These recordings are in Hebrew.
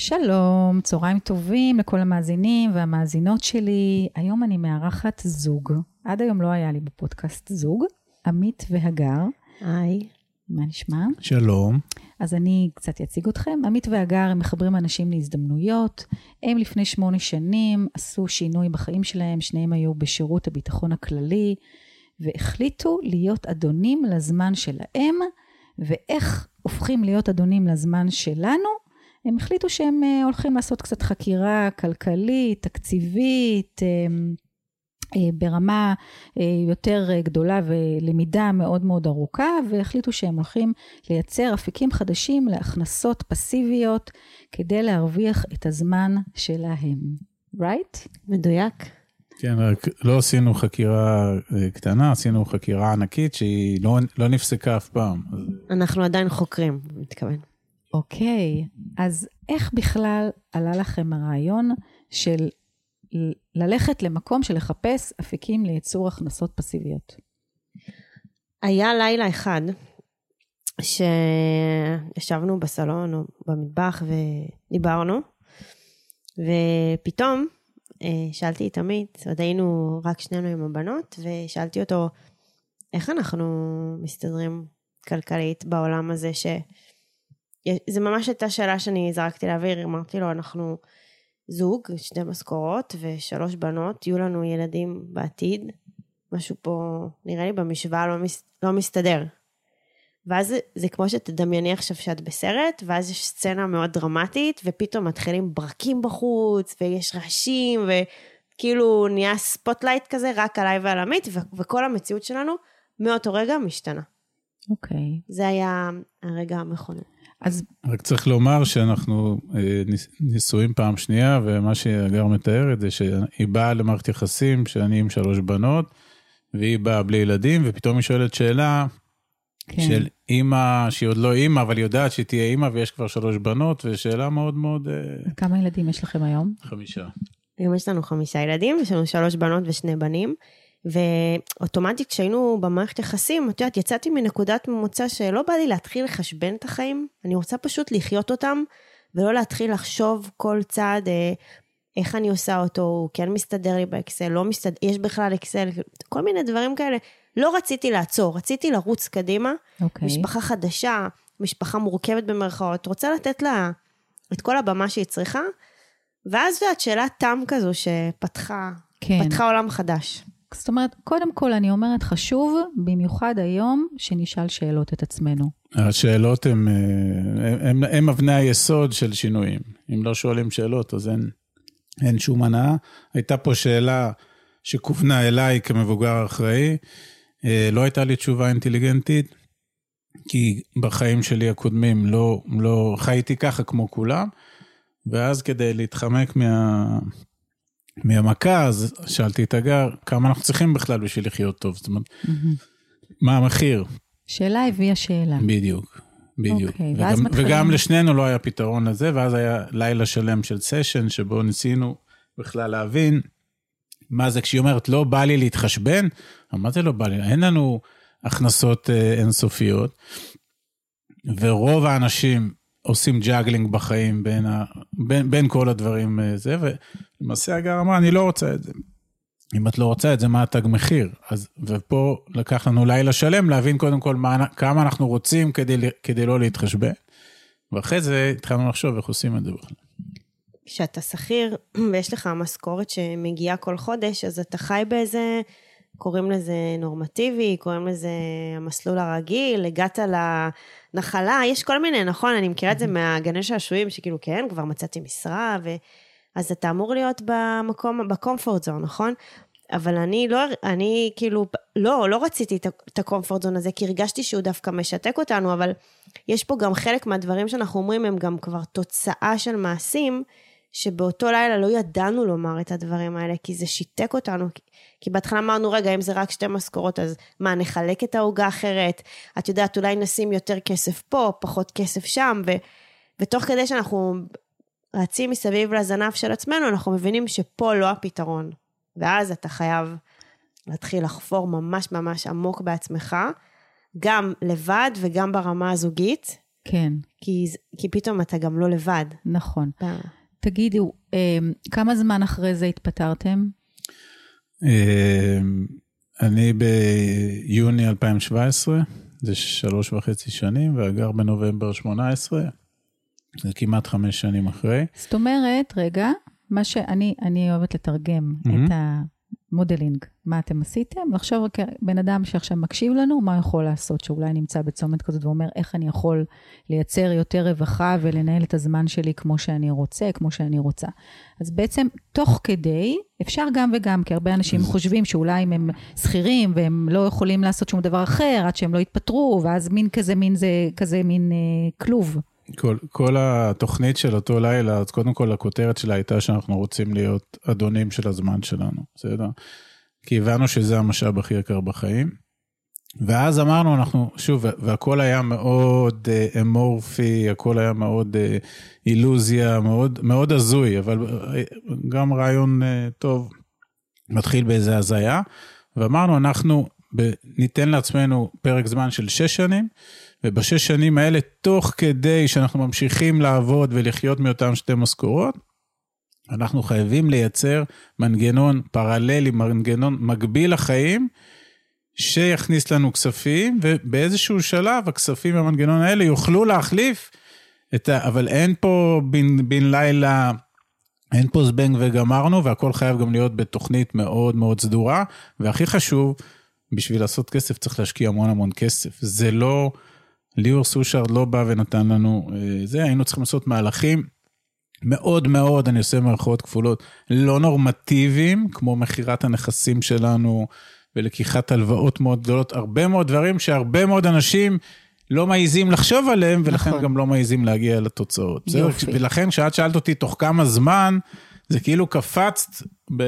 שלום, צהריים טובים לכל המאזינים והמאזינות שלי. היום אני מארחת זוג. עד היום לא היה לי בפודקאסט זוג. עמית והגר. היי. מה נשמע? שלום. אז אני קצת אציג אתכם. עמית והגר הם מחברים אנשים להזדמנויות. הם לפני 8 שנים עשו שינוי בחיים שלהם. שניהם היו בשירות הביטחון הכללי. והחליטו להיות אדונים לזמן שלהם. ואיך הופכים להיות אדונים לזמן שלנו? הם החליטו שהם הולכים לעשות קצת חקירה כלכלית, תקציבית, ברמה יותר גדולה ולמידה מאוד מאוד ארוכה, והחליטו שהם הולכים לייצר אפיקים חדשים להכנסות פסיביות, כדי להרוויח את הזמן שלהם. right? מדויק. כן, רק לא עשינו חקירה קטנה, עשינו חקירה ענקית שהיא לא נפסקה אף פעם. אנחנו עדיין חוקרים, מתכוון. אוקיי, אז איך בכלל עלה לכם הרעיון של ללכת למקום של לחפש אפיקים לייצור הכנסות פסיביות? היה לילה אחד שישבנו בסלון או במטבח ודיברנו, ופתאום שאלתי את עמית, עוד היינו רק שנינו עם הבנות, ושאלתי אותו, איך אנחנו מסתדרים כלכלית בעולם הזה זה ממש הייתה שאלה שאני זרקתי לאוויר, אמרתי לו, אנחנו זוג, 2 משכורות ו3 בנות, יהיו לנו ילדים בעתיד, משהו פה נראה לי במשוואה לא מסתדר. ואז זה כמו שתדמייני עכשיו שאת בסרט, ואז יש סצנה מאוד דרמטית, ופתאום מתחילים ברקים בחוץ, ויש רעשים, וכאילו נהיה ספוטלייט כזה, רק עליי ועל עמית, וכל המציאות שלנו מאותו רגע משתנה. אוקיי. זה היה הרגע המכונן. רק צריך לומר שאנחנו נישואים פעם שנייה, ומה שהגר מתארת זה שהיא באה למערכת יחסים, שאני עם 3 בנות, והיא באה בלי ילדים, ופתאום היא שואלת שאלה, של אימא, שהיא עוד לא אימא, אבל היא יודעת שהיא תהיה אימא, ויש כבר 3 בנות, ושאלה מאוד מאוד... כמה ילדים יש לכם היום? 5. היום יש לנו 5 ילדים, יש לנו 3 בנות ו2 בנים, ואוטומטית כשהיינו במערכת יחסים, את יודעת, יצאתי מנקודת ממוצע שלא בא לי להתחיל לחשבן את החיים, אני רוצה פשוט לחיות אותם, ולא להתחיל לחשוב כל צעד, איך אני עושה אותו, הוא כן מסתדר לי באקסל, לא מסתדר, יש בכלל אקסל, כל מיני דברים כאלה, לא רציתי לעצור, רציתי לרוץ קדימה, משפחה חדשה, משפחה מורכבת במרכאות, רוצה לתת לה את כל הבמה שהיא צריכה, ואז זאת שאלה תם כזו שפתחה עולם חדש. זאת אומרת, קודם כל אני אומרת חשוב, במיוחד היום, שנשאל שאלות את עצמנו. השאלות הם אבני היסוד של שינויים. אם לא שואלים שאלות, אז אין שום הנאה. הייתה פה שאלה שכוונה אליי כמבוגר אחראי, לא הייתה לי תשובה אינטליגנטית, כי בחיים שלי הקודמים לא חייתי ככה כמו כולם, ואז כדי להתחמק מהמכה, אז שאלתי את הגר, כמה אנחנו צריכים בכלל בשביל לחיות טוב, זאת אומרת, מה המחיר? שאלה הביאה שאלה. בדיוק. וגם לשנינו לא היה פתרון לזה, ואז היה לילה שלם של סשן, שבו ניסינו בכלל להבין, מה זה כשהיא אומרת, לא בא לי להתחשבן, מה זה לא בא לי? אין לנו הכנסות אינסופיות, ורוב האנשים עושים ג'אגלינג בחיים בין כל הדברים זה, ולמעשה הגר אמרה, אני לא רוצה את זה. אם את לא רוצה את זה, מה התג מחיר? ופה לקח לנו לילה שלם להבין קודם כל כמה אנחנו רוצים כדי לא להתחשבן, ואחרי זה התחלנו לחשוב איך עושים את זה בכלל. כשאתה שכיר ויש לך משכורת שמגיעה כל חודש, אז אתה חי באיזה, קוראים לזה נורמטיבי, קוראים לזה המסלול הרגיל, הגעת לנחלה, יש כל מיני, נכון, אני מכירה את זה מהגני שעשועים, שכאילו כן, כבר מצאתי משרה, אז אתה אמור להיות בקומפורט זון, נכון? אבל אני כאילו, לא רציתי את הקומפורט זון הזה, כי הרגשתי שהוא דווקא משתק אותנו, אבל יש פה גם חלק מהדברים שאנחנו אומרים, הם גם כבר תוצאה של מעשים, שבאותו לילה לא ידענו לומר את הדברים האלה, כי זה שיתק אותנו, כי בהתחלה אמרנו, רגע, אם זה רק 2 משכורות, אז מה, נחלק את ההוגה אחרת? את יודעת, אולי נשים יותר כסף פה, פחות כסף שם, ותוך כדי שאנחנו רצים מסביב לזנב של עצמנו, אנחנו מבינים שפה לא הפתרון. ואז אתה חייב להתחיל לחפור ממש ממש עמוק בעצמך, גם לבד וגם ברמה הזוגית, כן. כי פתאום אתה גם לא לבד. נכון. תגידו, כמה זמן אחרי זה התפטרתם? אני ביוני 2017, זה 3.5 שנים, והגר בנובמבר 18, זה כמעט 5 שנים אחרי. זאת אומרת, רגע, מה שאני אוהבת לתרגם את המודלינג, מה אתם עשיתם, לחשוב בן אדם שעכשיו מקשיב לנו, מה יכול לעשות, שאולי נמצא בצומת כזאת ואומר, איך אני יכול לייצר יותר רווחה, ולנהל את הזמן שלי כמו שאני רוצה, כמו שאני רוצה. אז בעצם, תוך כדי, אפשר גם וגם, כי הרבה אנשים חושבים שאולי הם שכירים, והם לא יכולים לעשות שום דבר אחר, עד שהם לא יתפטרו, ואז כזה מין כלוב. כל התוכנית של אותו לילה, אז קודם כל הכותרת שלה הייתה שאנחנו רוצים להיות אדונים של הזמן שלנו, בסדר? כי הבנו שזה המשאב הכי יקר בחיים, ואז אמרנו אנחנו, שוב, והכל היה מאוד אמורפי, הכל היה מאוד אילוזיה, מאוד, מאוד הזוי, אבל גם רעיון טוב, מתחיל באיזה הזיה, ואמרנו אנחנו ניתן לעצמנו פרק זמן של 6 שנים, וב6 שנים האלה, תוך כדי שאנחנו ממשיכים לעבוד ולחיות מאותם 2 משכורות, אנחנו חייבים לייצר מנגנון פרללי, מנגנון מקביל לחיים, שיכניס לנו כספים, ובאיזשהו שלב הכספים במנגנון האלה יוכלו להחליף, אבל אין פה בין לילה, אין פה זבנג וגמרנו, והכל חייב גם להיות בתוכנית מאוד מאוד סדורה, והכי חשוב, בשביל לעשות כסף צריך להשקיע המון המון כסף. זה לא, ליאור סושארד לא בא ונתן לנו זה, היינו צריכים לעשות מהלכים מאוד מאוד, אני עושה מערכות כפולות, לא נורמטיביים, כמו מחירת הנכסים שלנו, ולקיחת הלוואות מאוד גדולות, הרבה מאוד דברים שהרבה מאוד אנשים לא מעיזים לחשוב עליהם, ולכן נכון. גם לא מעיזים להגיע לתוצאות. ולכן כשאת שאלת אותי תוך כמה זמן, זה כאילו קפצת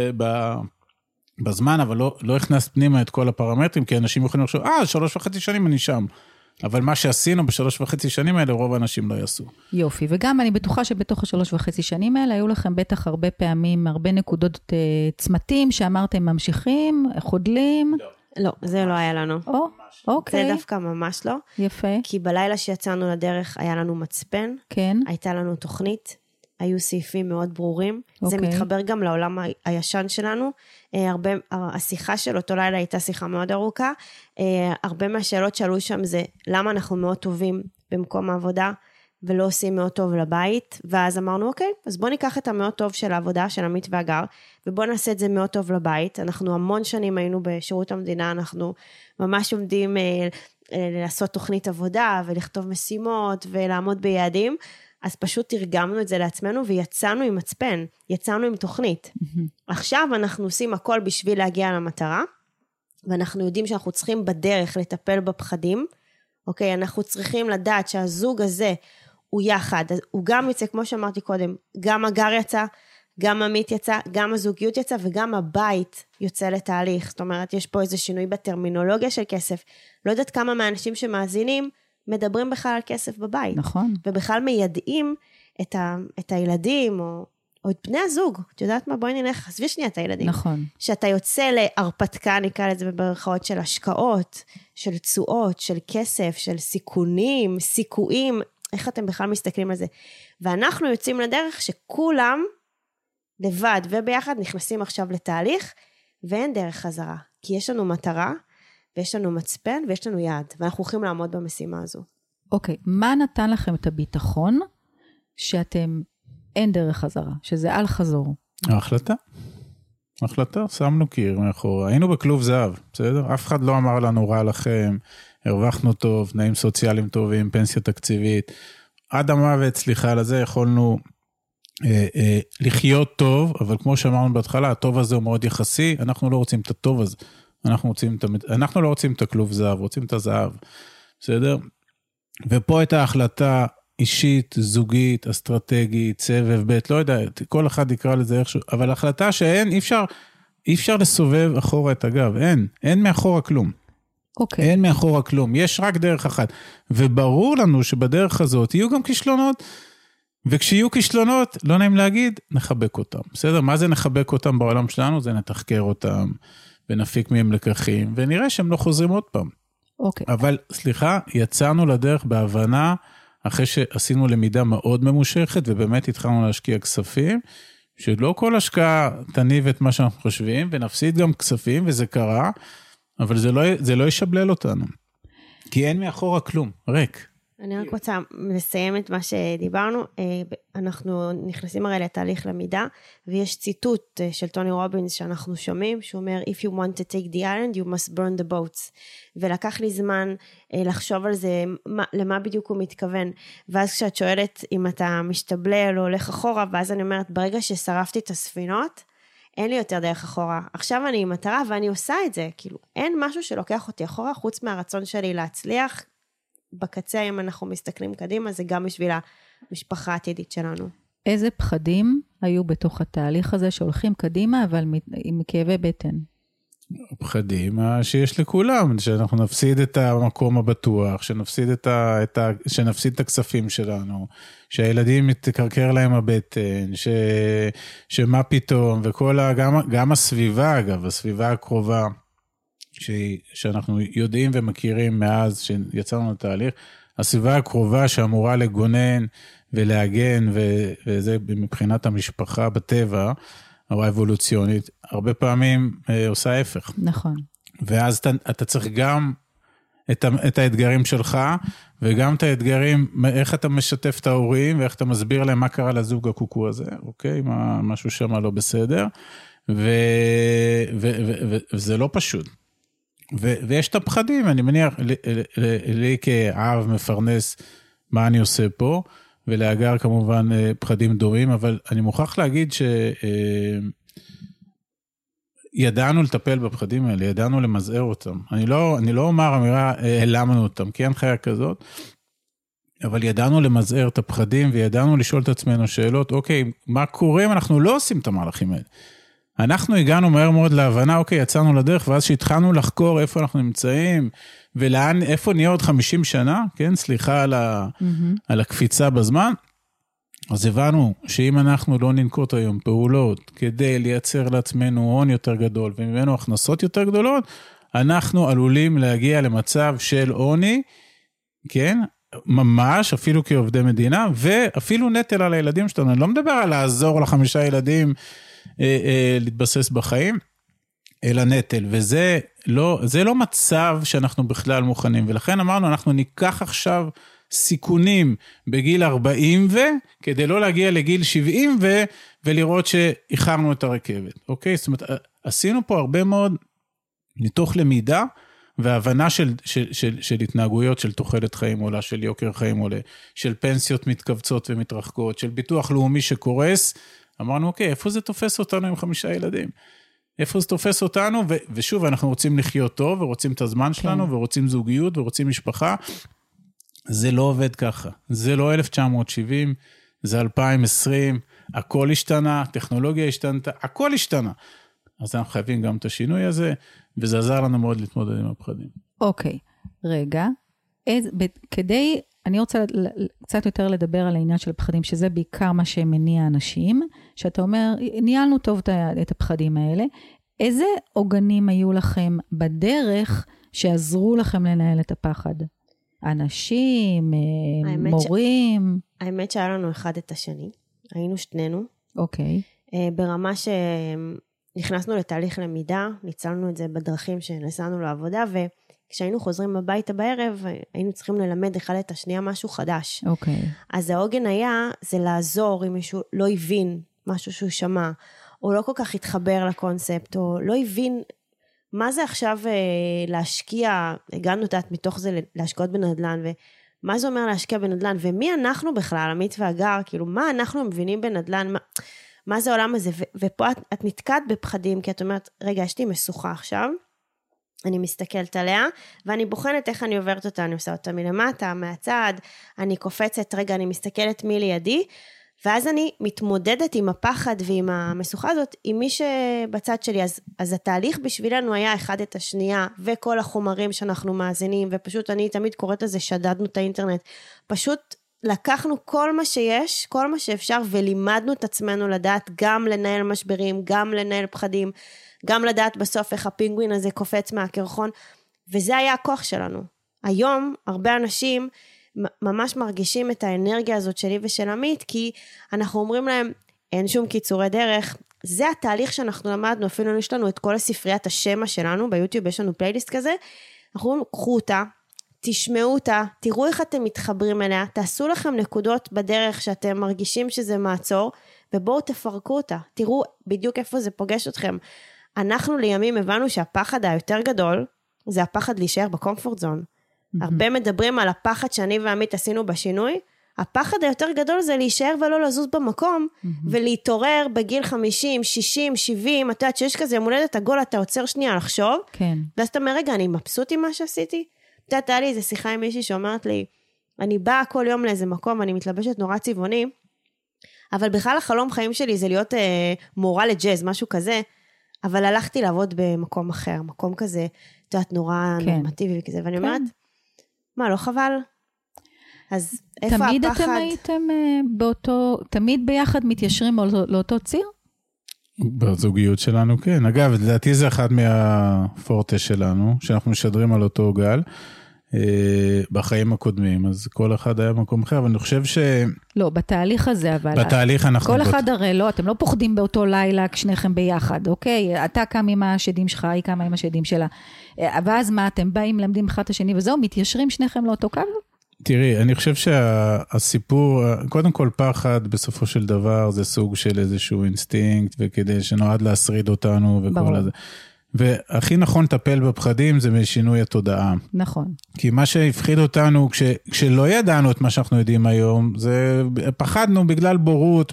בזמן, אבל לא הכנסת פנימה את כל הפרמטרים, כי אנשים יכולים לחשוב, 3.5 שנים אני שם. אבל מה שעשינו ב3.5 שנים האלה, רוב האנשים לא יעשו. יופי, וגם אני בטוחה שבתוך 3.5 שנים האלה, היו לכם בטח הרבה פעמים, הרבה נקודות צמתים, שאמרתם ממשיכים, חודלים. לא, זה לא היה לנו. אוקיי. זה דווקא ממש לא. יפה. כי בלילה שיצאנו לדרך, היה לנו מצפן. כן. הייתה לנו תוכנית. היו סעיפים מאוד ברורים. זה מתחבר גם לעולם הישן שלנו. השיחה של אותו לילה הייתה שיחה מאוד ארוכה. הרבה מהשאלות שעלו שם זה, למה אנחנו מאוד טובים במקום העבודה, ולא עושים מאוד טוב לבית, ואז אמרנו, אוקיי, אז בוא ניקח את המאוד טוב של העבודה, של עמית והגר, ובוא נעשה את זה מאוד טוב לבית. אנחנו המון שנים היינו בשירות המדינה, אנחנו ממש עומדים לעשות תוכנית עבודה, ולכתוב משימות, ולעמוד ביעדים, אז פשוט תרגמנו את זה לעצמנו, ויצאנו עם מצפן, יצאנו עם תוכנית. עכשיו אנחנו עושים הכל בשביל להגיע למטרה, ואנחנו יודעים שאנחנו צריכים בדרך לטפל בפחדים, אוקיי, אנחנו צריכים לדעת שהזוג הזה הוא יחד, הוא גם יצא, כמו שאמרתי קודם, גם הגר יצא, גם עמית יצא, גם הזוגיות יצא, וגם הבית יוצא לתהליך. זאת אומרת, יש פה איזה שינוי בטרמינולוגיה של כסף. לא יודעת כמה מהאנשים שמאזינים, מדברים בכלל על כסף בבית. נכון. ובכלל מיידעים את הילדים, או את בני הזוג. את יודעת מה? בואי נלך, עזבי שנייה את הילדים. נכון. שאתה יוצא להרפתקה, נקרא לזה בברכאות של השקעות, של תשואות, של כסף, של סיכונים, סיכויים, איך אתם בכלל מסתכלים על זה? ואנחנו יוצאים לדרך שכולם לבד וביחד נכנסים עכשיו לתהליך, ואין דרך חזרה. כי יש לנו מטרה, ויש לנו מצפן, ויש לנו יעד, ואנחנו הולכים לעמוד במשימה הזו. אוקיי, מה נתן לכם את הביטחון, שאתם אין דרך חזרה, שזה על חזור? ההחלטה, שמנו קיר מאחורה, היינו בכלוב זהב, בסדר? אף אחד לא אמר לנו רע לכם, הרווחנו טוב, תנאים סוציאליים טובים, פנסיה תקציבית, עד המוות, סליחה על זה, יכולנו לחיות טוב, אבל כמו שאמרנו בהתחלה, הטוב הזה הוא מאוד יחסי, אנחנו לא רוצים את הטוב הזה, אנחנו לא רוצים את הכלוב זהב, רוצים את הזהב, בסדר? ופה הייתה החלטה אישית, זוגית, אסטרטגית, סבב בית, לא יודע, כל אחד יקרא לזה איכשהו, אבל החלטה שאין, אי אפשר לסובב אחורה את הגב, אין מאחורה כלום. אוקיי. אין מאחורה כלום, יש רק דרך אחת, וברור לנו שבדרך הזאת יהיו גם כישלונות, וכשיהיו כישלונות, לא נעים להגיד, נחבק אותם, בסדר? מה זה נחבק אותם בעולם שלנו? זה נתחקר אותם, ונפיק מהם לקחים, ונראה שהם לא חוזרים עוד פעם. אוקיי. אבל, סליחה, יצאנו לדרך בהבנה אחרי שעשינו למידה מאוד ממושכת, ובאמת התחלנו להשקיע כספים, שלא כל השקעה תניב את מה שאנחנו חושבים, ונפסיד גם כספים, וזה קרה, אבל זה לא ישבלל אותנו. כי אין מאחורה כלום, ריק. אני רק רוצה לסיים את מה שדיברנו, אנחנו נכנסים הרי לתהליך למידה, ויש ציטוט של טוני רובינס שאנחנו שומעים, שהוא אומר, If you want to take the island, you must burn the boats. ולקח לי זמן לחשוב על זה, למה בדיוק הוא מתכוון. ואז כשאת שואלת אם אתה משתבלל או הולך אחורה, ואז אני אומרת, ברגע ששרפתי את הספינות, אין לי יותר דרך אחורה. עכשיו אני עם מטרה ואני עושה את זה. כאילו, אין משהו שלוקח אותי אחורה, חוץ מהרצון שלי להצליח. בקצה, אם אנחנו מסתכלים קדימה, זה גם בשביל המשפחה העתידית שלנו. איזה פחדים היו בתוך התהליך הזה שהולכים קדימה, אבל עם כאבי בטן? פחדים שיש לכולם, שאנחנו נפסיד את המקום הבטוח, שנפסיד את הכספים שלנו, שהילדים מתקרקר להם הבטן, שמה פתאום, גם הסביבה, אגב, הסביבה הקרובה, שאנחנו יודעים ומכירים מאז שיצאנו לתהליך, הסביבה הקרובה שאמורה לגונן ולהגן, וזה מבחינת המשפחה בטבע, או האבולוציונית, הרבה פעמים עושה ההפך. נכון. ואז אתה צריך גם את האתגרים שלך, וגם את האתגרים, איך אתה משתף את ההורים, ואיך אתה מסביר להם מה קרה לזוג הקוקו הזה, אוקיי? משהו שם לא בסדר, וזה לא פשוט. ויש את הפחדים, אני מניח, לי כאב מפרנס מה אני עושה פה, ולאגר כמובן פחדים דומים, אבל אני מוכרח להגיד ידענו לטפל בפחדים האלה, ידענו למזער אותם. אני לא אומר אמירה, העלמנו אותם, כי אין חיה כזאת, אבל ידענו למזער את הפחדים, וידענו לשאול את עצמנו שאלות, אוקיי, מה קורה אם אנחנו לא עושים את המהלכים האלה? אנחנו הגענו מהר מאוד להבנה, אוקיי, יצאנו לדרך, ואז שהתחלנו לחקור איפה אנחנו נמצאים, ולאן, איפה נהיה עוד 50 שנה, כן, סליחה על הקפיצה בזמן, אז הבנו שאם אנחנו לא ננקוט היום פעולות, כדי לייצר לעצמנו הון יותר גדול, וממנו הכנסות יותר גדולות, אנחנו עלולים להגיע למצב של עוני, כן, ממש, אפילו כעובדי מדינה, ואפילו נטל על הילדים שלנו, אני לא מדבר על לעזור ל5 ילדים, להתבסס בחיים, אלא נטל, וזה לא מצב שאנחנו בכלל מוכנים, ולכן אמרנו, אנחנו ניקח עכשיו סיכונים בגיל 40 כדי לא להגיע לגיל 70 ולראות שאיחרנו את הרכבת, אוקיי? זאת אומרת, עשינו פה הרבה מאוד מתוך למידה, והבנה של התנהגויות של תוחלת חיים עולה, של יוקר חיים עולה, של פנסיות מתכווצות ומתרחקות, של ביטוח לאומי שקורס, אמרנו, אוקיי, איפה זה תופס אותנו עם 5 ילדים? איפה זה תופס אותנו? ושוב, אנחנו רוצים לחיות טוב, ורוצים את הזמן שלנו, ורוצים זוגיות, ורוצים משפחה. זה לא עובד ככה. זה לא 1970, זה 2020, הכל השתנה, טכנולוגיה השתנתה, הכל השתנה. אז אנחנו חייבים גם את השינוי הזה, וזה עזר לנו מאוד להתמודד עם הפחדים. אוקיי, רגע. אני רוצה קצת יותר לדבר על העניין של הפחדים, שזה בעיקר מה שמניע אנשים, שאתה אומר, ניהלנו טוב את הפחדים האלה, איזה עוגנים היו לכם בדרך שעזרו לכם לנהל את הפחד? אנשים, מורים? האמת שהיה לנו אחד את השני, היינו שנינו. אוקיי. ברמה שנכנסנו לתהליך למידה, ניצלנו את זה בדרכים שנסענו לעבודה, כשהיינו חוזרים הביתה בערב, היינו צריכים ללמד אחד את השנייה משהו חדש. אוקיי. אז העוגן היה, זה לעזור אם מישהו לא הבין משהו שהוא שמע, או לא כל כך התחבר לקונספט, או לא הבין מה זה עכשיו להשקיע, הגענו דעת מתוך זה להשקעות בנדל"ן, ומה זה אומר להשקיע בנדל"ן, ומי אנחנו בכלל, עמית והגר, כאילו מה אנחנו מבינים בנדל"ן, מה זה העולם הזה, ופה את נתקעת בפחדים, כי את אומרת, רגע, יש לי משוכה עכשיו, אני מסתכלת עליה, ואני בוחנת איך אני עוברת אותה, אני עושה אותה מלמטה, מהצד, אני קופצת, רגע, אני מסתכלת מי לידי, ואז אני מתמודדת עם הפחד ועם המשוכה הזאת, עם מי שבצד שלי, אז התהליך בשבילנו היה אחד את השנייה, וכל החומרים שאנחנו מאזינים, ופשוט אני תמיד קוראת לזה, שדדנו את האינטרנט, פשוט לקחנו כל מה שיש, כל מה שאפשר, ולימדנו את עצמנו לדעת גם לנהל משברים, גם לנהל פחדים, גם לדעת בסוף איך הפינגווין הזה קופץ מהקרחון, וזה היה הכוח שלנו. היום הרבה אנשים ממש מרגישים את האנרגיה הזאת שלי ושל עמית, כי אנחנו אומרים להם, אין שום קיצורי דרך, זה התהליך שאנחנו למדנו, אפילו יש לנו את כל הספריית השמה שלנו, ביוטיוב יש לנו פלייליסט כזה, אנחנו אומרים, קחו אותה, תשמעו אותה, תראו איך אתם מתחברים אליה, תעשו לכם נקודות בדרך שאתם מרגישים שזה מעצור, ובואו תפרקו אותה, תראו בדיוק איפה זה פוגש אתכם. אנחנו לימים הבנו שהפחד היותר גדול, זה הפחד להישאר בקומפורט זון. הרבה מדברים על הפחד שאני ועמית עשינו בשינוי, הפחד היותר גדול זה להישאר ולא לזוז במקום, ולהתעורר בגיל 50, 60, 70, אתה יודעת שיש כזה יום הולדת עגול, אתה עוצר שנייה לחשוב, ואז אתה אומר, רגע, אני מבסוט עם מה שעשיתי? אתה יודעת, היה לי איזו שיחה עם מישהי שאומרת לי, אני באה כל יום לאיזה מקום, אני מתלבשת נורא צבעוני, אבל בכלל החלום חיים שלי זה להיות מורה לג'אז, משהו כזה, אבל הלכתי לעבוד במקום אחר, מקום כזה, את יודעת, נורא נורמטיבי וכזה, ואני אומרת, מה, לא חבל? אז איפה הפחד? תמיד אתם הייתם באותו, תמיד ביחד מתיישרים לאותו ציר? בזוגיות שלנו, כן. אגב, לדעתי זה אחד מהפורטה שלנו, שאנחנו משדרים על אותו גל, בחיים הקודמים, אז כל אחד היה במקום אחר, אבל אני חושב לא, בתהליך הזה, אבל בתהליך אנחנו כל אחד הרי לא, אתם לא פוחדים באותו לילה כשניכם ביחד, אוקיי? אתה קם עם השדים שלך, היא קמה עם השדים שלה, ואז מה, אתם באים, למדים אחד את השני, וזהו, מתיישרים שניכם לאותו קו? תראי, אני חושב שהסיפור, קודם כל פחד בסופו של דבר, זה סוג של איזשהו אינסטינקט, וכדי שנועד להשריד אותנו וכל הזה. והכי נכון לטפל בפחדים זה משינוי התודעה. נכון. כי מה שהפחיד אותנו, כשלא ידענו את מה שאנחנו יודעים היום, זה פחדנו בגלל בורות,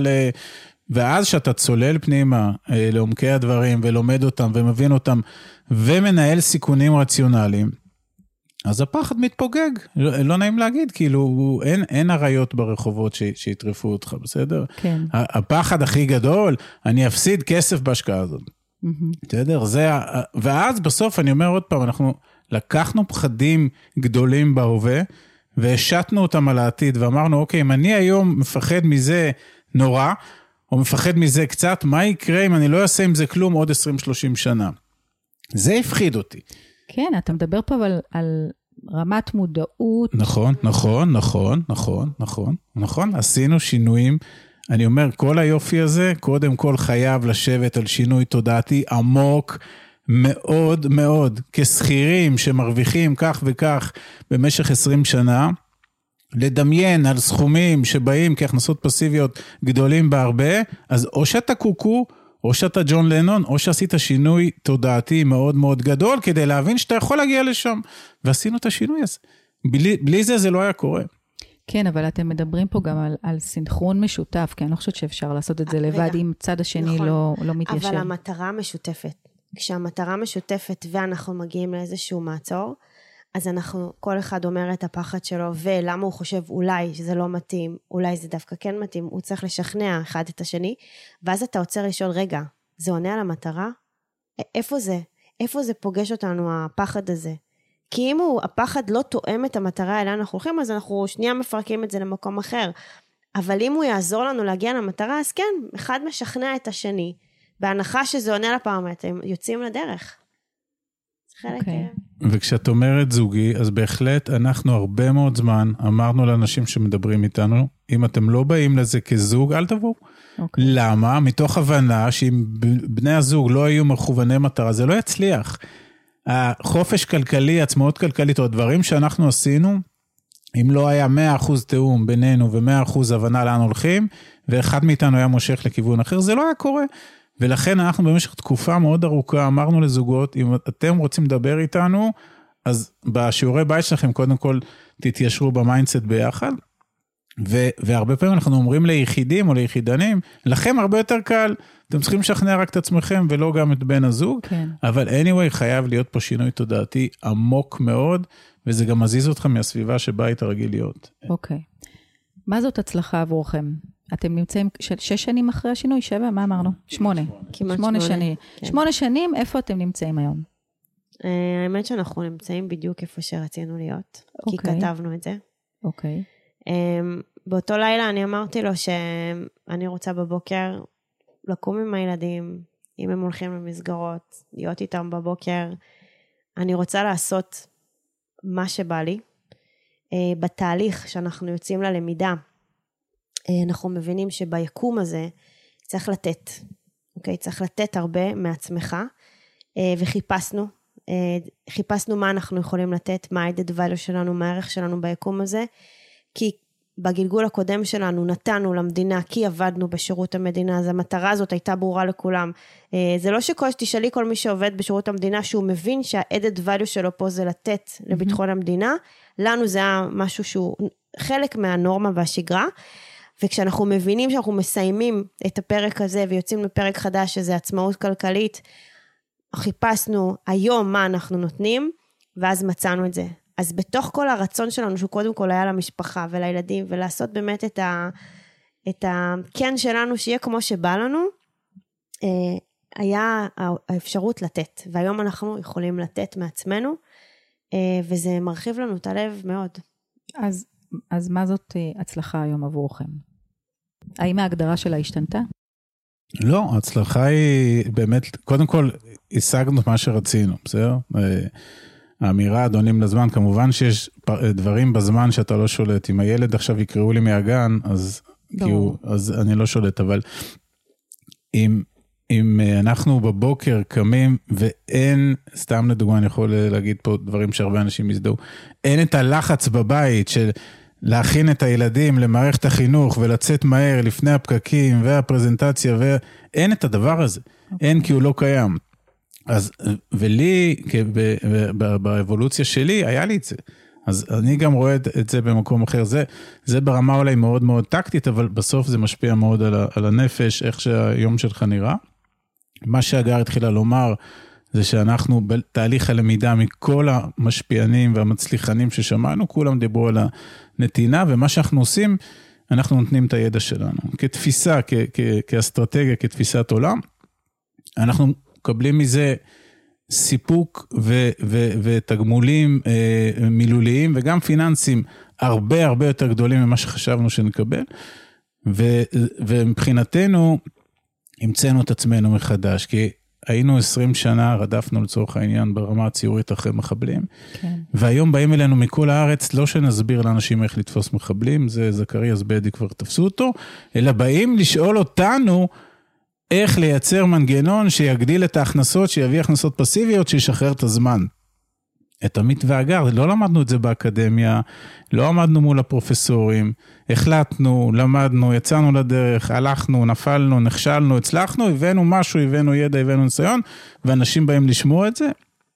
ואז שאתה צולל פנימה לעומקי הדברים, ולומד אותם ומבין אותם, ומנהל סיכונים רציונליים, אז הפחד מתפוגג, לא נעים להגיד, כאילו אין עריות ברחובות שיטרפו אותך, בסדר? כן. הפחד הכי גדול, אני אפסיד כסף בהשקעה הזאת. בסדר? ואז בסוף אני אומר עוד פעם, אנחנו לקחנו פחדים גדולים בהווה, והשתנו אותם על העתיד, ואמרנו, אוקיי, אם אני היום מפחד מזה נורא, או מפחד מזה קצת, מה יקרה אם אני לא אעשה עם זה כלום עוד 20-30 שנה? זה הפחיד אותי. כן, אתה מדבר פה על רמת מודעות. נכון. עשינו שינויים. אני אומר, כל היופי הזה, קודם כל חייב לשבת על שינוי תודעתי עמוק מאוד מאוד, כסחירים שמרוויחים כך וכך במשך 20 שנה, לדמיין על סכומים שבאים כהכנסות פסיביות גדולים בהרבה, אז או שאתה קוקו, או שאתה ג'ון לנון, או שעשית שינוי תודעתי מאוד מאוד גדול, כדי להבין שאתה יכול להגיע לשם. ועשינו את השינוי הזה. בלי זה, זה לא היה קורה. כן, אבל אתם מדברים פה גם על סינכרון משותף, כי אני לא חושבת שאפשר לעשות את זה לבד, אם צד השני לא מתיישב. אבל המטרה משותפת. כשהמטרה משותפת ואנחנו מגיעים לאיזשהו מעצור, אז כל אחד אומר את הפחד שלו, ולמה הוא חושב אולי שזה לא מתאים, אולי זה דווקא כן מתאים, הוא צריך לשכנע אחד את השני, ואז אתה עוצר לשאול, רגע, זה עונה על המטרה? איפה זה? איפה זה פוגש אותנו, הפחד הזה? כי אם הפחד לא תואם את המטרה אליה אנחנו הולכים, אז אנחנו שנייה מפרקים את זה למקום אחר. אבל אם הוא יעזור לנו להגיע למטרה, אז כן, אחד משכנע את השני, בהנחה שזה עונה לפרמטרים, יוצאים לדרך. וכשאת אומרת זוגי, אז בהחלט אנחנו הרבה מאוד זמן אמרנו לאנשים שמדברים איתנו, אם אתם לא באים לזה כזוג, אל תבואו. למה? מתוך הבנה שאם בני הזוג לא היו מכווני מטרה, זה לא יצליח. החופש כלכלי, עצמאות כלכלית, או הדברים שאנחנו עשינו, אם לא היה 100% תאום בינינו ו100% הבנה לאן הולכים, ואחד מאיתנו היה מושך לכיוון אחר, זה לא היה קורה. ולכן אנחנו במשך תקופה מאוד ארוכה אמרנו לזוגות, אם אתם רוצים לדבר איתנו, אז בשיעורי בית שלכם קודם כל תתיישרו במיינדסט ביחד, והרבה פעמים אנחנו אומרים ליחידים או ליחידנים, לכם הרבה יותר קל, אתם צריכים לשכנע רק את עצמכם ולא גם את בן הזוג, כן. אבל anyway חייב להיות פה שינוי תודעתי עמוק מאוד, וזה גם מזיז אותך מהסביבה שבה היית רגיל להיות. אוקיי. מה זאת הצלחה עבורכם? אתם נמצאים 6 שנים אחרי השינוי, 7, מה אמרנו? 8. כמעט 8 שנים. 8 שנים, איפה אתם נמצאים היום? האמת שאנחנו נמצאים בדיוק איפה שרצינו להיות, כי כתבנו את זה. אוקיי. באותו לילה אני אמרתי לו שאני רוצה בבוקר לקום עם הילדים, אם הם הולכים למסגרות, להיות איתם בבוקר. אני רוצה לעשות מה שבא לי. בתהליך שאנחנו יוצאים ללמידה, אנחנו מבינים שביקום הזה צריך לתת, אוקיי? צריך לתת הרבה מעצמך, וחיפשנו מה אנחנו יכולים לתת, מה ה-added value שלנו, מה הערך שלנו ביקום הזה, כי בגלגול הקודם שלנו נתנו למדינה, כי עבדנו בשירות המדינה, אז המטרה הזאת הייתה ברורה לכולם. זה לא תשאלי כל מי שעובד בשירות המדינה, שהוא מבין שה-added value שלו פה זה לתת לביטחון המדינה, לנו זה היה משהו שהוא חלק מהנורמה והשגרה, וכשאנחנו מבינים שאנחנו מסיימים את הפרק הזה, ויוצאים לפרק חדש, שזה עצמאות כלכלית, חיפשנו היום מה אנחנו נותנים, ואז מצאנו את זה. אז בתוך כל הרצון שלנו, שהוא קודם כל היה למשפחה ולילדים, ולעשות באמת את הכן שלנו, שיהיה כמו שבא לנו, היה האפשרות לתת. והיום אנחנו יכולים לתת מעצמנו, וזה מרחיב לנו את הלב מאוד. אז מה זאת הצלחה היום עבורכם? האם ההגדרה שלה השתנתה? לא, ההצלחה היא באמת, קודם כל, השגנו מה שרצינו, בסדר? האמירה, אדונים לזמן, כמובן שיש דברים בזמן שאתה לא שולט. אם הילד עכשיו יקראו לי מהגן, אז אני לא שולט, אבל אם אנחנו בבוקר קמים ואין, סתם לדוגמה, אני יכול להגיד פה דברים שהרבה אנשים יזדהו, אין את הלחץ בבית של להכין את הילדים למערכת החינוך ולצאת מהר לפני הפקקים והפרזנטציה, ואין את הדבר הזה. אין כי הוא לא קיים. אז, ולי, באבולוציה שלי, היה לי את זה. אז אני גם רואה את זה במקום אחר. זה ברמה אולי מאוד מאוד טקטית, אבל בסוף זה משפיע מאוד על הנפש, איך שהיום שלך נראה. מה שהגר התחילה לומר, זה שאנחנו בתהליך הלמידה מכל המשפיענים והמצליחנים ששמענו, כולם דיברו על הנתינה, ומה שאנחנו עושים, אנחנו נותנים את הידע שלנו. כתפיסה, כאסטרטגיה, כתפיסת עולם, אנחנו מקבלים מזה סיפוק ותגמולים מילוליים, וגם פיננסים הרבה הרבה יותר גדולים ממה שחשבנו שנקבל, ומבחינתנו, המצאנו את עצמנו מחדש, כי היינו 20 שנה, רדפנו לצורך העניין ברמה הציורית אחרי מחבלים, כן. והיום באים אלינו מכל הארץ, לא שנסביר לאנשים איך לתפוס מחבלים, זה זכריה זבדי כבר תפסו אותו, אלא באים לשאול אותנו, איך לייצר מנגנון שיגדיל את ההכנסות, שיביא הכנסות פסיביות, שישחרר את הזמן. את עמית והגר, לא למדנו את זה באקדמיה, לא עמדנו מול הפרופסורים, החלטנו, למדנו, יצאנו לדרך, הלכנו, נפלנו, נכשלנו, הצלחנו, הבאנו משהו, הבאנו ידע, הבאנו ניסיון, ואנשים באים לשמוע את זה,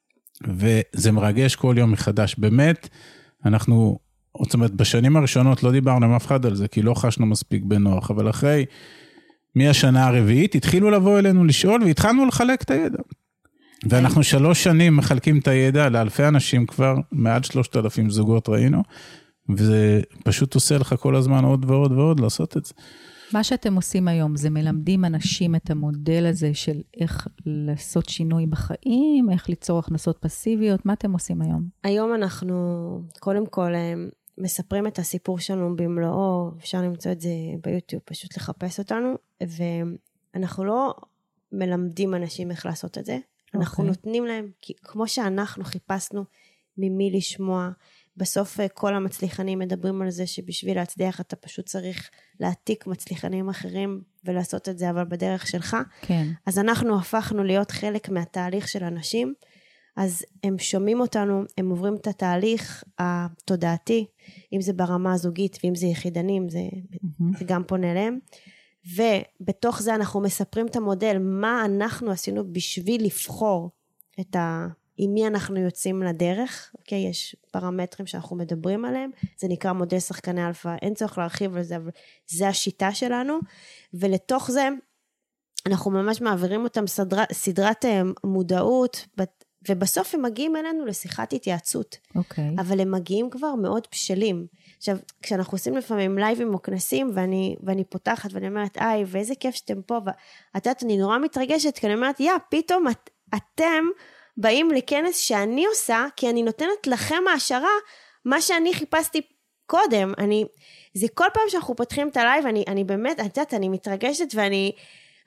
וזה מרגש כל יום מחדש. באמת, אנחנו, זאת אומרת, בשנים הראשונות לא דיברנו עם אף אחד על זה, כי לא חשנו מספיק בנוח, אבל אחרי מהשנה הרביעית, התחילו לבוא אלינו לשאול, והתחלנו לחלק את הידע. ואנחנו 3 שנים מחלקים את הידע לאלפי אנשים כבר, מעל 3,000 זוגות ראינו, וזה פשוט עושה לך כל הזמן עוד ועוד ועוד לעשות את זה. מה שאתם עושים היום, זה מלמדים אנשים את המודל הזה של איך לעשות שינוי בחיים, איך ליצור הכנסות פסיביות, מה אתם עושים היום? היום אנחנו קודם כל מספרים את הסיפור שלנו במלואו, אפשר למצוא את זה ביוטיוב, פשוט לחפש אותנו, ואנחנו לא מלמדים אנשים איך לעשות את זה, אנחנו נותנים להם, כמו שאנחנו חיפשנו ממי לשמוע, בסוף כל המצליחנים מדברים על זה שבשביל להצליח אתה פשוט צריך להעתיק מצליחנים אחרים ולעשות את זה אבל בדרך שלך. כן. אז אנחנו הפכנו להיות חלק מהתהליך של אנשים, אז הם שומעים אותנו, הם עוברים את התהליך התודעתי, אם זה ברמה הזוגית ואם זה יחידנים, זה גם פונה אליהם. ובתוך זה אנחנו מספרים את המודל, מה אנחנו עשינו בשביל לבחור עם מי אנחנו יוצאים לדרך, אוקיי? יש פרמטרים שאנחנו מדברים עליהם, זה נקרא מודל שחקני אלפא, אין צורך להרחיב על זה, אבל זה השיטה שלנו, ולתוך זה אנחנו ממש מעבירים אותם סדרת מודעות, ובסוף הם מגיעים אלינו לשיחת התייעצות, אוקיי. אבל הם מגיעים כבר מאוד בשלים. עכשיו, כשאנחנו עושים לפעמים לייבים או כנסים, ואני פותחת ואני אומרת, ואיזה כיף שאתם פה, ואת יודעת, אני נורא מתרגשת, כי אני אומרת, פתאום אתם באים לכנס שאני עושה, כי אני נותנת לכם העשרה, מה שאני חיפשתי קודם. זה כל פעם שאנחנו פותחים את הלייב, אני באמת, את יודעת, אני מתרגשת, ואני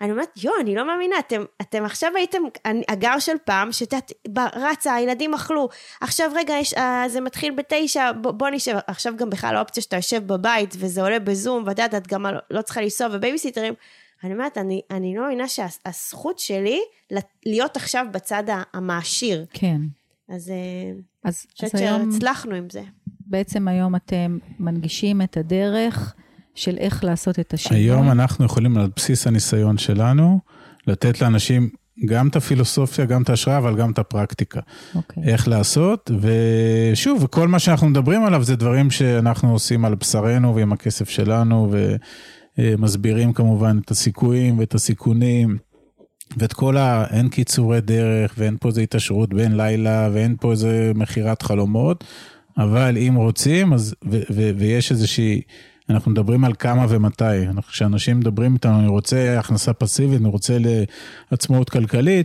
אני אומרת, אני לא מאמינה, אתם עכשיו הייתם הגר של פעם, שאת רצה, הילדים אכלו, עכשיו רגע, זה מתחיל 9, בוא נשב, עכשיו גם בכלל האופציה שאתה יושב בבית, וזה עולה בזום, ואתה גם לא צריכה לנסוע, ובייביסיטרים, אני אומרת, אני לא מאמינה שהזכות שלי, להיות עכשיו בצד המעשיר. כן. אז חושבת שהצלחנו עם זה. בעצם היום אתם מנגישים את הדרך, של איך לעשות את השינוי. היום אנחנו יכולים על בסיס הניסיון שלנו, לתת לאנשים גם את הפילוסופיה, גם את ההשראה, אבל גם את הפרקטיקה. איך לעשות, ושוב, וכל מה שאנחנו מדברים עליו, זה דברים שאנחנו עושים על בשרנו, ועם הכסף שלנו, ומסבירים כמובן את הסיכויים, ואת הסיכונים, ואת כל אין קיצורי דרך, ואין פה איזו התעשרות בין לילה, ואין פה איזו מחירת חלומות, אבל אם רוצים, ויש איזושהי, אנחנו מדברים על כמה ומתי, כשאנשים מדברים איתנו, אני רוצה הכנסה פסיבית, אני רוצה לעצמאות כלכלית,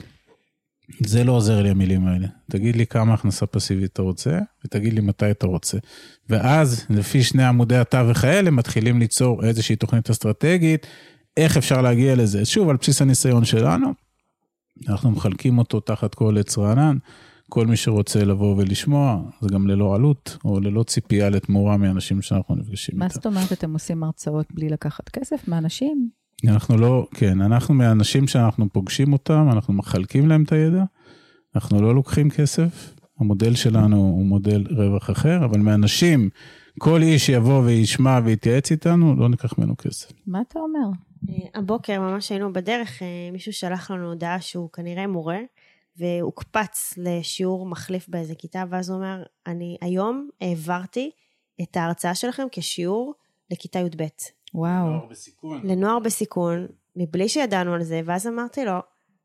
זה לא עוזר לי המילים האלה. תגיד לי כמה הכנסה פסיבית אתה רוצה, ותגיד לי מתי אתה רוצה. ואז, לפי שני עמודי התווך האלה, מתחילים ליצור איזושהי תוכנית אסטרטגית, איך אפשר להגיע לזה. שוב, על בסיס הניסיון שלנו, אנחנו מחלקים אותו תחת כל עץ רענן, כל מי שרוצה לבוא ולשמוע, זה גם ללא עלות, או ללא ציפייה לתמורה מאנשים שאנחנו נפגשים איתם. מה זאת אומרת, אתם עושים הרצאות בלי לקחת כסף מאנשים? אנחנו לא, כן, אנחנו מהאנשים שאנחנו פוגשים אותם, אנחנו מחלקים להם את הידע, אנחנו לא לוקחים כסף, המודל שלנו הוא מודל רווח אחר, אבל מאנשים, כל איש יבוא וישמע ויתייעץ איתנו, לא ניקח ממנו כסף. מה אתה אומר? הבוקר ממש היינו בדרך, מישהו שלח לנו הודעה שהוא כנראה מורה, והוא קפץ לשיעור מחליף באיזה כיתה, ואז הוא אומר, אני היום העברתי את ההרצאה שלכם כשיעור לכיתה י"ב. וואו. לנוער בסיכון. לנוער בסיכון, מבלי שידענו על זה, ואז אמרתי לו,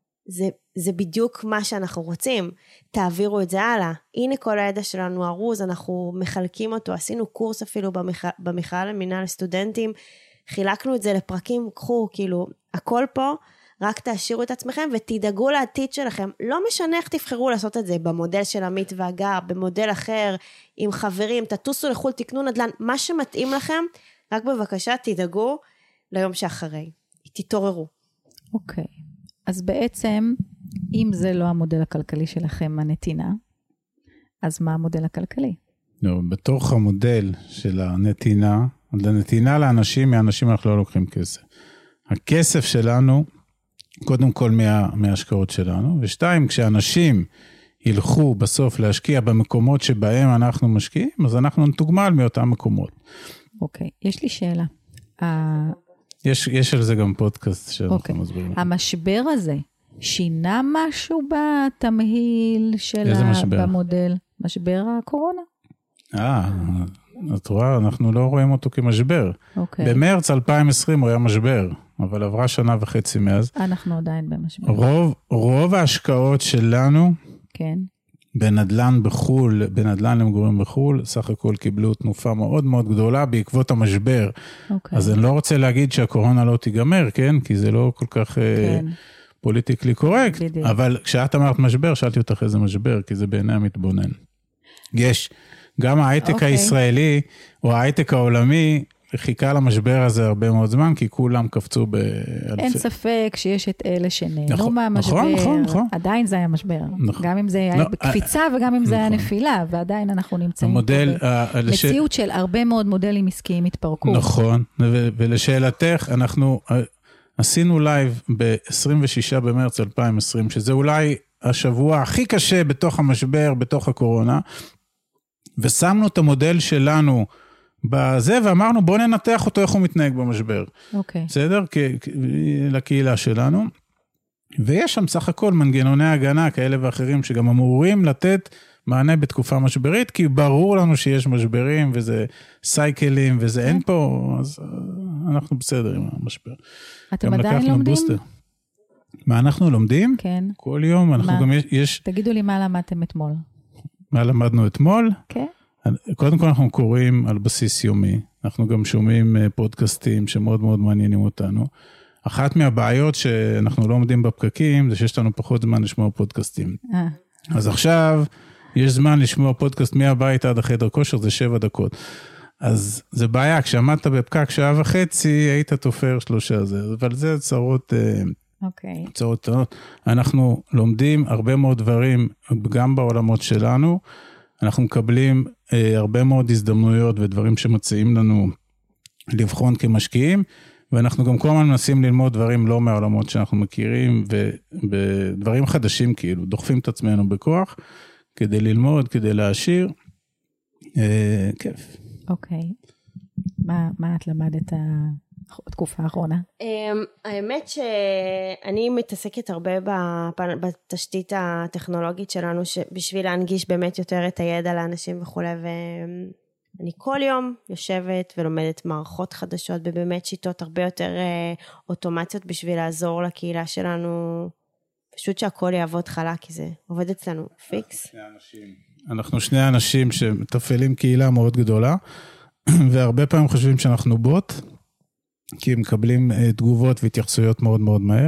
זה בדיוק מה שאנחנו רוצים, תעבירו את זה הלאה. הנה כל הידע שלנו ארוז, אנחנו מחלקים אותו, עשינו קורס אפילו במכללה למינהל סטודנטים, חילקנו את זה לפרקים, קחו, כאילו, הכל פה, רק תעשירו את עצמכם ותדאגו לעתיד שלכם. לא משנה איך תבחרו לעשות את זה, במודל של עמית והגר, במודל אחר, עם חברים, תטוסו לחול, תקנו נדל"ן, מה שמתאים לכם, רק בבקשה תדאגו ליום שאחרי. תתעוררו. אוקיי. אז בעצם, אם זה לא המודל הכלכלי שלכם, הנתינה, אז מה המודל הכלכלי? לא, בתוך המודל של הנתינה, הנתינה לאנשים, מהאנשים אנחנו לא לוקחים כסף. הכסף שלנו, קודם כל מההשקעות שלנו, ושתיים, כשאנשים ילכו בסוף להשקיע במקומות שבהם אנחנו משקיעים, אז אנחנו נתוגמל מאותם מקומות. אוקיי, יש לי שאלה. יש על זה גם פודקאסט שאנחנו מסבירים. המשבר הזה, שינה משהו בתמהיל של במודל? משבר הקורונה? את רואה, אנחנו לא רואים אותו כמשבר. במרץ 2020 הוא היה משבר, אבל עברה שנה וחצי מאז. אנחנו עדיין במשבר. רוב ההשקעות שלנו, כן. בנדלן בחול, בנדלן למגורים בחול, סך הכל קיבלו תנופה מאוד מאוד גדולה בעקבות המשבר. אז אני לא רוצה להגיד שהקורונה לא תיגמר, כן? כי זה לא כל כך פוליטיקלי קורקט, אבל כשאת אמרת משבר, שאלתי אותך איזה משבר, כי זה בעיני המתבונן. יש, גם ההייטק הישראלי, או ההייטק העולמי, חיכה למשבר הזה הרבה מאוד זמן, כי כולם קפצו אין ספק שיש את אלה שנהנו מהמשבר, עדיין זה היה משבר. גם אם זה היה בקפיצה, וגם אם זה היה נפילה, ועדיין אנחנו נמצאים במציאות של הרבה מאוד מודלים עסקיים התפרקו. נכון, ולשאלתך, אנחנו עשינו לייב ב-26 במרץ 2020, שזה אולי השבוע הכי קשה בתוך המשבר, בתוך הקורונה, ושמנו את המודל שלנו בזה, ואמרנו בוא ננתח אותו איך הוא מתנהג במשבר. אוקיי. בסדר? לקהילה שלנו. ויש שם סך הכל מנגנוני הגנה כאלה ואחרים, שגם אמורים לתת מענה בתקופה משברית, כי ברור לנו שיש משברים, וזה סייקלים, וזה אין פה, אז אנחנו בסדר עם המשבר. אתם עדיין לומדים? מה אנחנו לומדים? כן. כל יום, אנחנו גם יש... תגידו לי מה למדתם אתמול. מה למדנו אתמול? כן. קודם כל אנחנו קוראים על בסיס יומי, אנחנו גם שומעים פודקאסטים שמאוד מאוד מעניינים אותנו. אחת מהבעיות שאנחנו לא עומדים בפקקים, זה שיש לנו פחות זמן לשמוע פודקאסטים. אז עכשיו יש זמן לשמוע פודקאסט מהבית עד החדר כושר, זה 7 דקות. אז זה בעיה, כשעמדת בפקק 1.5 שעה, היית תופר 3 זה, אבל זה צרות אוקיי. הוצאות קטנות. אנחנו לומדים הרבה מאוד דברים, גם בעולמות שלנו, אנחנו מקבלים הרבה מאוד הזדמנויות ודברים שמציעים לנו לבחון כמשקיעים, ואנחנו גם כל הזמן מנסים ללמוד דברים לא מהעולמות שאנחנו מכירים, ודברים חדשים כאילו, דוחפים את עצמנו בכוח, כדי ללמוד, כדי להעשיר. כיף. אוקיי. מה את למדת התקופה האחרונה? האמת שאני מתעסקת הרבה בתשתית הטכנולוגית שלנו, בשביל להנגיש באמת יותר את הידע לאנשים וכו', ואני כל יום יושבת ולומדת מערכות חדשות, ובאמת שיטות הרבה יותר אוטומציות בשביל לעזור לקהילה שלנו, פשוט שהכל יעבוד חלק, כי זה עובד אצלנו פיקס. אנחנו שני אנשים שמתפעלים קהילה מאוד גדולה, והרבה פעמים חושבים שאנחנו בוט, כי הם מקבלים תגובות והתייחסויות מאוד מאוד מהר,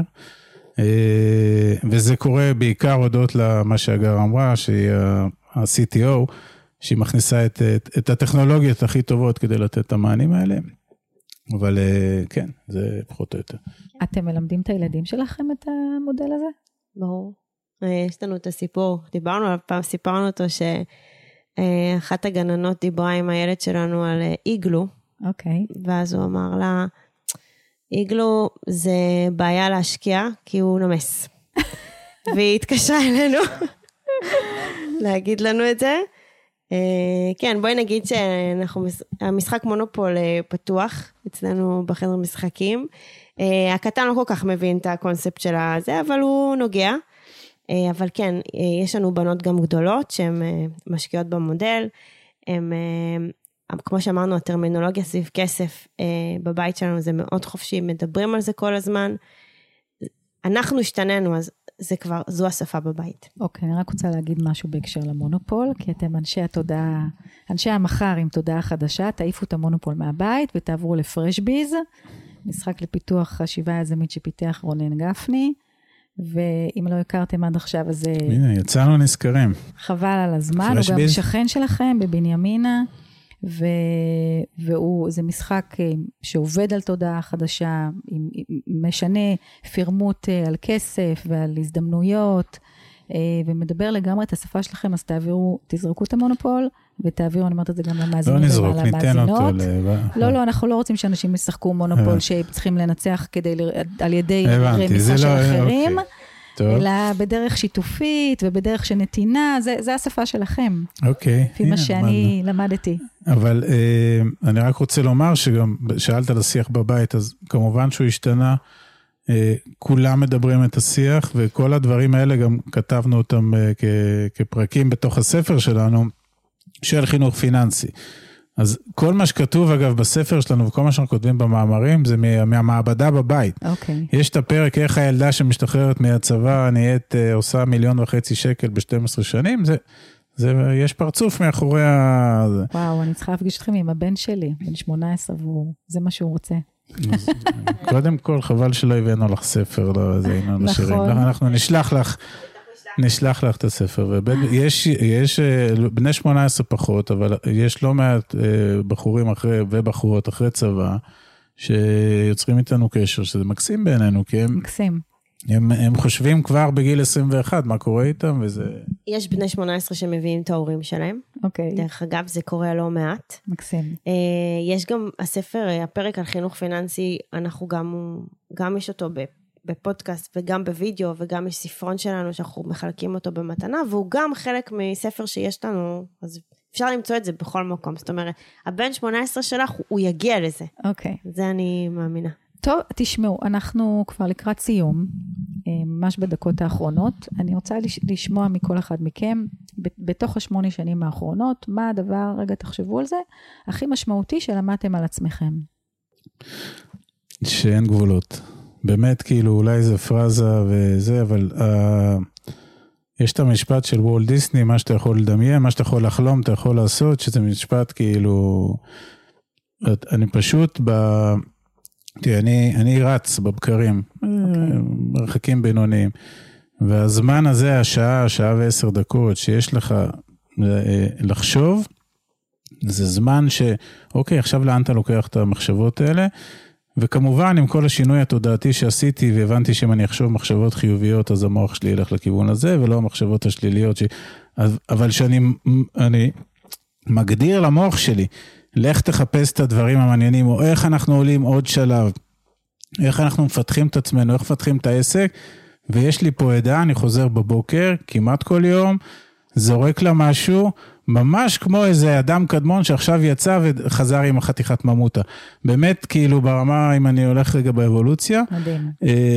וזה קורה בעיקר הודות למה שהגר אמרה, שהיא ה-CTO, שהיא מכניסה את הטכנולוגיות הכי טובות כדי לתת את המענים האלה, אבל כן, זה פחות או יותר. אתם מלמדים את הילדים שלכם את המודל הזה? ברור. יש לנו את הסיפור, דיברנו עליו פעם, סיפרנו אותו שאחת הגננות דיברה עם הילד שלנו על איגלו, אוקיי. ואז הוא אמר לה, איגלו זה בעיה להשקיע, כי הוא נומס. והיא התקשרה אלינו להגיד לנו את זה. כן, בואי נגיד שהמשחק מונופול פתוח, אצלנו בחדר משחקים. הקטן לא כל כך מבין את הקונספט של הזה, אבל הוא נוגע. אבל כן, יש לנו בנות גם גדולות, שהן משקיעות במודל. הם, כמו שאמרנו, הטרמינולוגיה סביב כסף בבית שלנו זה מאוד חופשי, מדברים על זה כל הזמן. אנחנו השתננו, אז זה כבר, זו השפה בבית. אוקיי, אני רק רוצה להגיד משהו בהקשר למונופול, כי אתם אנשי התודעה, אנשי המחר עם תודעה חדשה, תעיפו את המונופול מהבית ותעברו לפרשביז, משחק לפיתוח חשיבה יזמית שפיתח רונן גפני, ואם לא הכרתם עד עכשיו, אז הנה, יצאנו נזכרים. חבל על הזמן, הוא גם שכן שלכם בבנימינה, זה משחק שעובד על תודעה חדשה, משנה פירמות על כסף ועל הזדמנויות, ומדבר לגמרי את השפה שלכם, אז תזרקו את המונופול, ותעבירו, אני אומרת את זה גם למאזינים. לא נזרוק, ניתן אותו. לא, אנחנו לא רוצים שאנשים ישחקו מונופול, שצריכים לנצח על ידי רמיסה של אחרים, אלא בדרך שיתופית, ובדרך של נתינה, זה השפה שלכם. אוקיי. לפי מה שאני למדתי. אבל אני רק רוצה לומר, שגם שאלת על השיח בבית, אז כמובן שהוא השתנה, כולם מדברים את השיח, וכל הדברים האלה גם כתבנו אותם כפרקים בתוך הספר שלנו, של חינוך פיננסי. אז כל מה שכתוב אגב בספר שלנו, וכל מה שאנחנו כותבים במאמרים, זה מהמעבדה בבית. אוקיי. יש את הפרק, איך הילדה שמשתחררת מהצבא, נהיית, עושה 1.5 מיליון שקל ב-12 שנים, יש פרצוף מאחורי וואו, אני צריכה להפגיש אתכם עם הבן שלי, בן 18, זה מה שהוא רוצה. קודם כל, חבל שלא הבאנו לך ספר, נכון. אנחנו נשלח לך את הספר, יש בני 18 פחות, אבל יש לא מעט בחורים ובחורות אחרי צבא, שיוצרים איתנו קשר, שזה מקסים בעינינו, כי הם חושבים כבר בגיל 21, מה קורה איתם, וזה... יש בני 18 שמביאים את ההורים שלהם. אוקיי. דרך אגב, זה קורה לא מעט. מקסים. יש גם הספר, הפרק על חינוך פיננסי, אנחנו גם יש אותו בפודקאסט, וגם בווידאו, וגם יש ספרון שלנו, שאנחנו מחלקים אותו במתנה, והוא גם חלק מספר שיש לנו, אז אפשר למצוא את זה בכל מקום. זאת אומרת, הבן 18 שלך, הוא יגיע לזה. אוקיי. זה אני מאמינה. טוב, תשמעו, אנחנו כבר לקראת סיום, ממש בדקות האחרונות. אני רוצה לשמוע מכל אחד מכם, בתוך 8 שנים האחרונות, מה הדבר, רגע תחשבו על זה, הכי משמעותי שלמדתם על עצמכם. שאין גבולות. באמת, כאילו, אולי זה פרזה וזה, אבל יש את המשפט של וולט דיסני, מה שאתה יכול לדמיין, מה שאתה יכול לחלום, אתה יכול לעשות, שזה משפט כאילו, אני פשוט אני רץ בבקרים, מרחקים בינוניים, והזמן הזה, השעה 10 דקות, שיש לך לחשוב, זה זמן אוקיי, עכשיו לאן אתה לוקח את המחשבות האלה, וכמובן, עם כל השינוי התודעתי שעשיתי, והבנתי שאם אני אחשוב מחשבות חיוביות, אז המוח שלי ילך לכיוון הזה, ולא המחשבות השליליות, אבל שאני מגדיר למוח שלי, לך תחפש את הדברים המעניינים, או איך אנחנו עולים עוד שלב, איך אנחנו מפתחים את עצמנו, איך מפתחים את העסק, ויש לי פה עדה, אני חוזר בבוקר, כמעט כל יום, זורק לה משהו, ממש כמו איזה אדם קדמון שעכשיו יצא וחזר עם החתיכת ממותה. באמת, כאילו ברמה, אם אני הולך רגע באבולוציה, מדהים.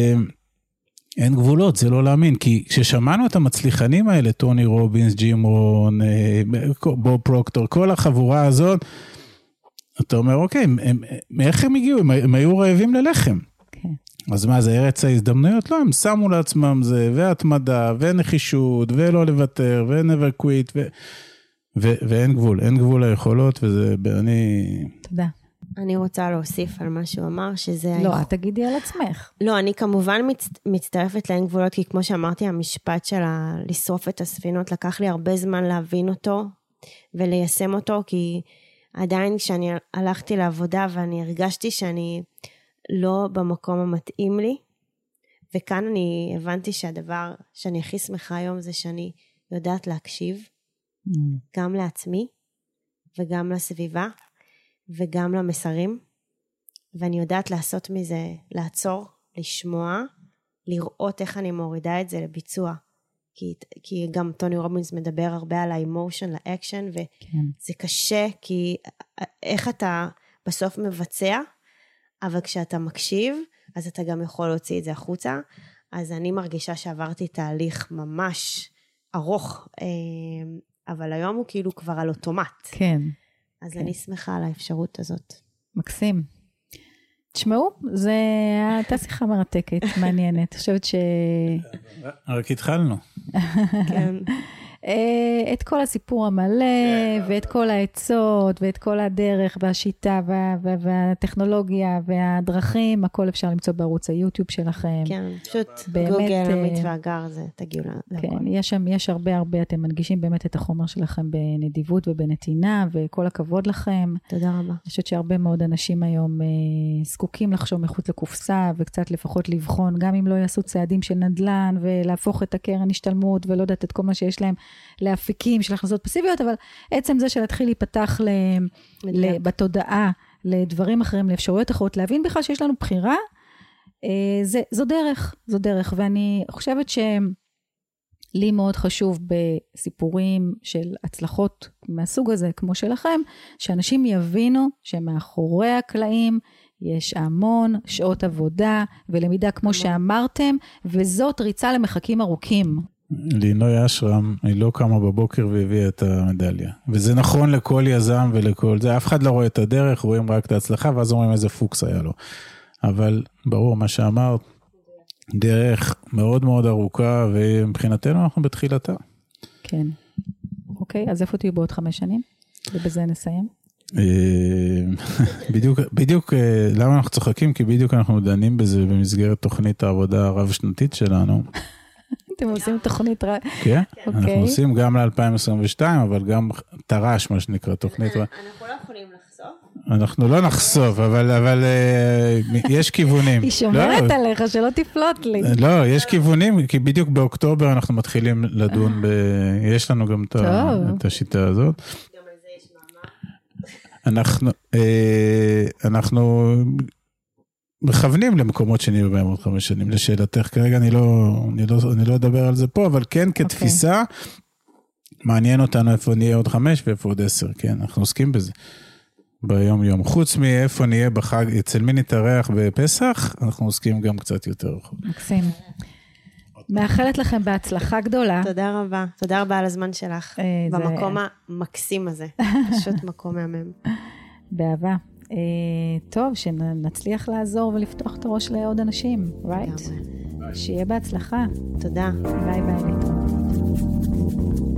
אין גבולות, זה לא להאמין, כי כששמענו את המצליחנים האלה, טוני רובינס, ג'ים רון, בוב פרוקטור, כל החבורה הזאת, אתה אומר, אוקיי, איך הם הגיעו? הם היו רעבים ללחם. כן. אז מה, זה ארץ ההזדמנויות? לא, הם שמו לעצמם זה, והתמדה, ונחישות, ולא לוותר, ו-never quit, ואין גבול, אין גבול ליכולות, וזה, תודה. אני רוצה להוסיף על מה שהוא אמר, שזה... לא, את תגידי על עצמך. לא, אני כמובן מצטרפת לאין גבולות, כי כמו שאמרתי, המשפט של לשרוף את הספינות, לקח לי הרבה זמן להבין אותו, וליישם אותו, כי עדיין כשאני הלכתי לעבודה, ואני הרגשתי שאני לא במקום המתאים לי, וכאן אני הבנתי שהדבר שאני הכי שמחה היום, זה שאני יודעת להקשיב, גם לעצמי, וגם לסביבה, וגם למסרים, ואני יודעת לעשות מזה, לעצור, לשמוע, לראות איך אני מורידה את זה לביצוע, כי גם טוני רובינס מדבר הרבה על האמושן, לאקשן, וזה קשה, כי איך אתה בסוף מבצע, אבל כשאתה מקשיב, אז אתה גם יכול להוציא את זה החוצה, אז אני מרגישה שעברתי תהליך ממש ארוך, אבל היום הוא כאילו כבר על אוטומט. כן. אז אני שמחה על האפשרות הזאת. מקסים. תשמעו, זה הייתה שיחה מרתקת, מעניינת. אני חושבת רק התחלנו. כן. את כל הסיפור המלא, ואת כל העצות, ואת כל הדרך, והשיטה, והטכנולוגיה, והדרכים, הכל אפשר למצוא בערוץ היוטיוב שלכם. כן, פשוט גוגל, עמית ואגר, זה תגיעו לכל. כן, יש הרבה, אתם מנגישים באמת את החומר שלכם בנדיבות ובנתינה, וכל הכבוד לכם. תודה רבה. אני חושבת שהרבה מאוד אנשים היום זקוקים לחשוב מחוץ לקופסה, וקצת לפחות לבחון, גם אם לא יעשו צעדים של נדל"ן, ולהפוך את הקרן השתלמות, ולא יודעת את כל מה שיש להם, להפיקים של הכנסות פסיביות, אבל עצם זה שלהתחיל להיפתח בתודעה לדברים אחרים, לאפשרויות אחרות, להבין בכלל שיש לנו בחירה, זו דרך, ואני חושבת שלי מאוד חשוב בסיפורים של הצלחות מהסוג הזה, כמו שלכם, שאנשים יבינו שמאחורי הקלעים יש המון שעות עבודה ולמידה כמו שאמרתם, וזאת ריצה למחקים ארוכים. לינוי אשרם, היא לא קמה בבוקר והביאה את המדליה. וזה נכון לכל יזם ולכל זה. אף אחד לא רואה את הדרך, רואים רק את ההצלחה, ואז אומרים איזה פוקס היה לו. אבל ברור, מה שאמרת, דרך מאוד מאוד ארוכה, ומבחינתנו אנחנו בתחילתה. כן. אוקיי, אז איפה תהיו בעוד 5 שנים? ובזה נסיים. בדיוק, למה אנחנו צוחקים? כי בדיוק אנחנו דנים בזה במסגרת תוכנית העבודה הרב-שנתית שלנו. אתם עושים תוכנית רע. כן, אנחנו עושים גם ל-2022, אבל גם תרש, מה שנקרא, תוכנית רע. אנחנו לא יכולים לחשוף. אנחנו לא נחשוף, אבל יש כיוונים. היא שומרת עליך, שלא תפלוט לי. לא, יש כיוונים, כי בדיוק באוקטובר אנחנו מתחילים לדון, יש לנו גם את השיטה הזאת. גם על זה יש מאמר. אנחנו מכוונים למקומות שנהיו בהם עוד 5 שנים, לשאלתך, כרגע אני לא אדבר על זה פה, אבל כן כתפיסה, מעניין אותנו איפה נהיה עוד 5 ואיפה עוד 10, כן, אנחנו עוסקים בזה, ביום יום, חוץ מאיפה נהיה בחג, אצל מי נתארח בפסח, אנחנו עוסקים גם קצת יותר. מקסים. מאחלת לכם בהצלחה גדולה. תודה רבה על הזמן שלך, במקום המקסים הזה, פשוט מקום מהמם. באהבה. טוב, שנצליח לעזור ולפתוח את הראש לעוד אנשים, right? שיהיה בהצלחה. תודה. ביי ביי.